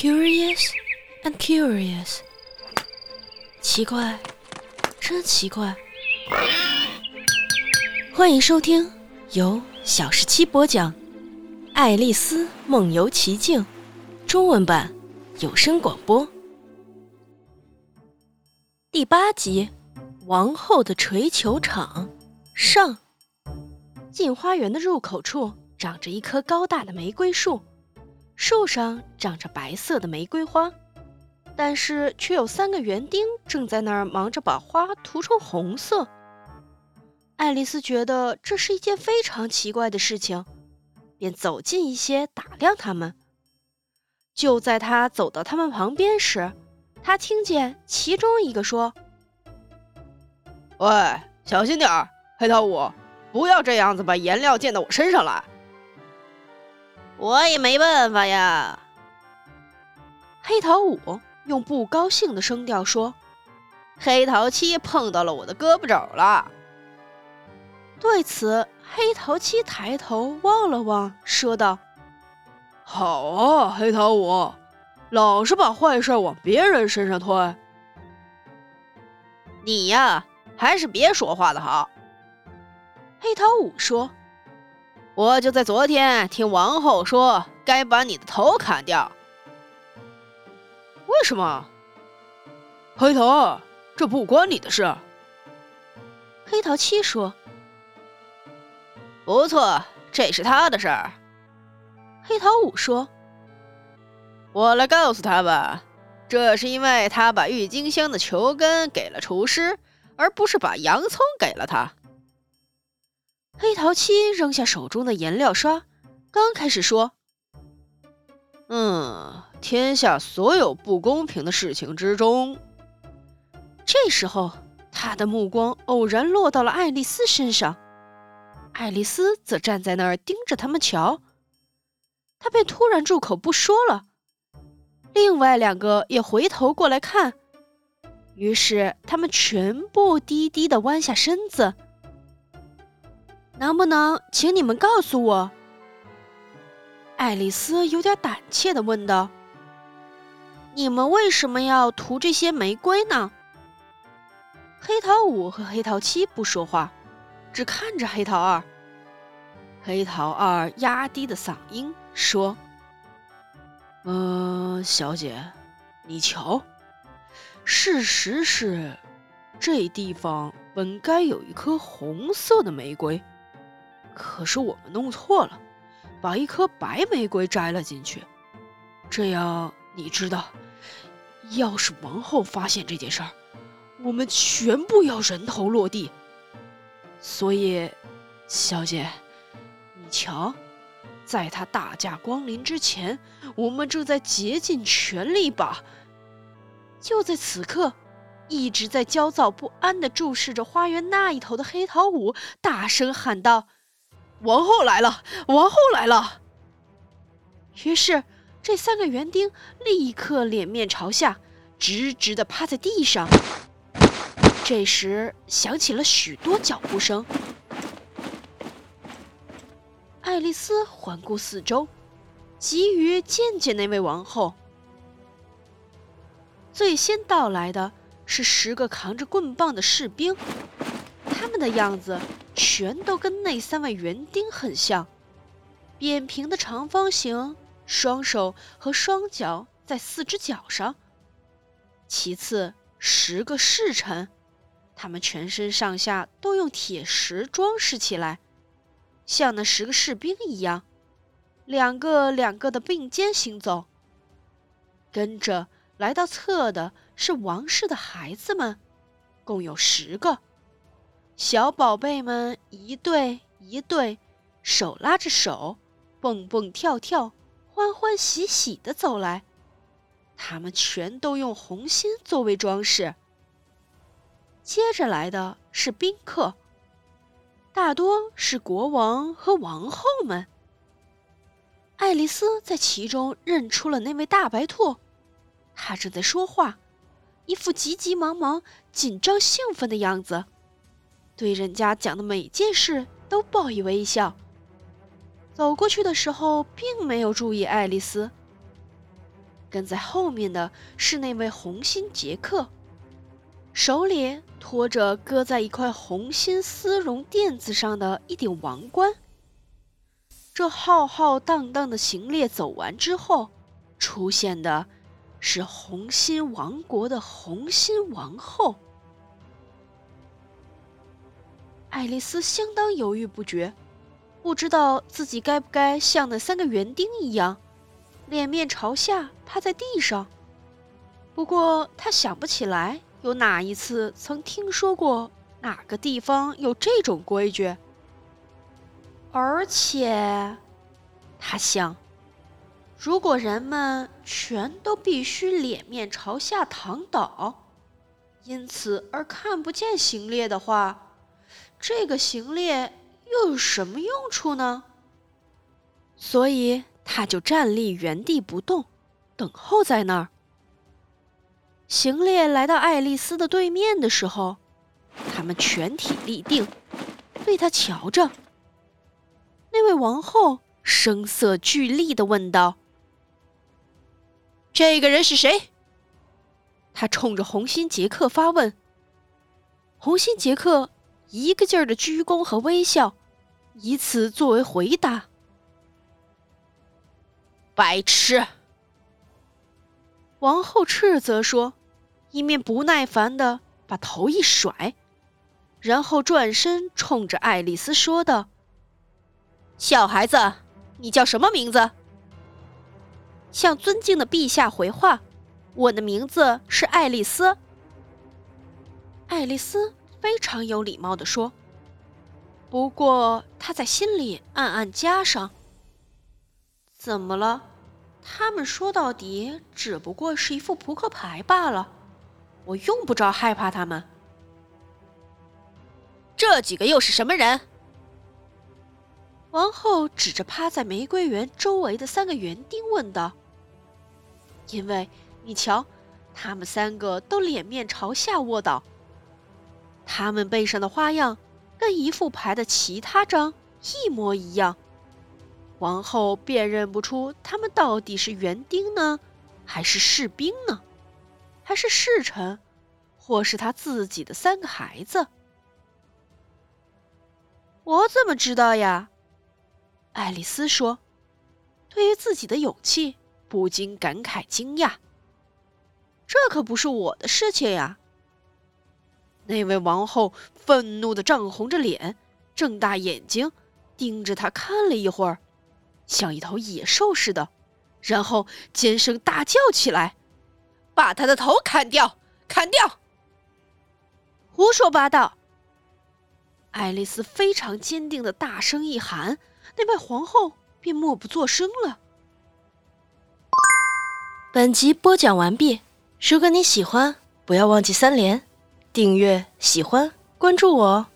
Curious and curious， 奇怪，真奇怪。欢迎收听由小17播讲《爱丽丝梦游奇境》中文版有声广播第8集王后的锤球场上。进花园的入口处长着一棵高大的玫瑰树，树上长着白色的玫瑰花，但是却有3个园丁正在那儿忙着把花涂成红色。爱丽丝觉得这是一件非常奇怪的事情，便走近一些打量他们。就在她走到他们旁边时，她听见其中一个说：“ 喂，小心点儿，黑桃五，不要这样子把颜料溅到我身上来。” 我也没办法呀。 黑桃五用不高兴的声调说：“ 黑桃七碰到了我的胳膊肘了。” 对此，黑桃七抬头望了望，说道：“ 好啊，黑桃五，老是把坏事往别人身上推。你呀，还是别说话的好。” 黑桃五说：“ 我就在昨天听王后说，该把你的头砍掉。”为什么？黑桃二，这不关你的事。 黑桃七说：“ 不错，这是他的事儿。” 黑桃五说：“ 我来告诉他吧，这是因为他把郁金香的球根给了厨师，而不是把洋葱给了他。” 黑桃七扔下手中的颜料刷，刚开始说：“ 天下所有不公平的事情之中。” 这时候，他的目光偶然落到了爱丽丝身上。爱丽丝则站在那儿盯着他们瞧，她便突然住口不说了。另外2个也回头过来看，于是他们全部低低地弯下身子。能不能请你们告诉我？爱丽丝有点胆怯地问道：“你们为什么要涂这些玫瑰呢？”黑桃五和黑桃七不说话，只看着黑桃二。黑桃二压低的嗓音说：“ 小姐，你瞧，事实是，这地方本该有一颗红色的玫瑰，可是我们弄错了，把一颗白玫瑰摘了进去。这样，你知道，要是王后发现这件事儿，我们全部要人头落地。所以，小姐，你瞧，在她大驾光临之前，我们正在竭尽全力把……” 就在此刻，一直在焦躁不安地注视着花园那一头的黑桃五大声喊道：“ 王后来了！王后来了！” 于是，这3个园丁立刻脸面朝下，直直地趴在地上。这时，响起了许多脚步声。爱丽丝环顾四周，急于见见那位王后。最先到来的是10个扛着棍棒的士兵，他们的样子全都跟那3位园丁很像，扁平的长方形，双手和双脚在4只脚上。其次，10个侍臣，他们全身上下都用铁石装饰起来，像那10个士兵一样，2个2个的并肩行走。跟着来到侧的是王室的孩子们，共有10个。小宝贝们一对一对，手拉着手，蹦蹦跳跳，欢欢喜喜地走来。他们全都用红心作为装饰。接着来的是宾客，大多是国王和王后们。爱丽丝在其中认出了那位大白兔，他正在说话，一副急急忙忙、紧张兴奋的样子，对人家讲的每件事都报以微笑。走过去的时候并没有注意爱丽丝。 跟在后面的是那位红心杰克，手里托着搁在一块红心丝绒垫子上的一顶王冠。这浩浩荡荡的行列走完之后，出现的是红心王国的红心王后。爱丽丝相当犹豫不决，不知道自己该不该像那3个园丁一样，脸面朝下趴在地上。不过她想不起来有哪一次曾听说过哪个地方有这种规矩。而且，她想，如果人们全都必须脸面朝下躺倒，因此而看不见行列的话，这个行列又有什么用处呢？所以她就站立原地不动，等候在那儿。行列来到爱丽丝的对面的时候，他们全体立定，对她瞧着。那位王后声色俱厉地问道：“ 这个人是谁？” 她冲着红心杰克发问。红心杰克一个劲儿的鞠躬和微笑，以此作为回答。 白痴！ 王后斥责说，一面不耐烦地把头一甩，然后转身冲着爱丽丝说道：“ 小孩子，你叫什么名字？”“ 向尊敬的陛下回话，我的名字是爱丽丝。”爱丽丝非常有礼貌地说，不过她在心里暗暗加上：“怎么了？他们说到底只不过是一副扑克牌罢了，我用不着害怕他们。”“ 这几个又是什么人？” 王后指着趴在玫瑰园周围的3个园丁问道。“因为你瞧，他们3个都脸面朝下卧倒，他们背上的花样跟一副牌的其他张一模一样。王后辨认不出他们到底是园丁呢，还是士兵呢，还是侍臣，或是他自己的3个孩子。”“我怎么知道呀？”爱丽丝说，对于自己的勇气不禁感慨惊讶。“这可不是我的事情呀。”那位王后愤怒地涨红着脸，睁大眼睛盯着他看了一会儿，像一头野兽似的，然后尖声大叫起来：“ 把他的头砍掉！砍掉！”“ 胡说八道！”爱丽丝非常坚定地大声一喊，那位皇后便默不作声了。本集播讲完毕，如果你喜欢，不要忘记3连、订阅、喜欢、关注我哦。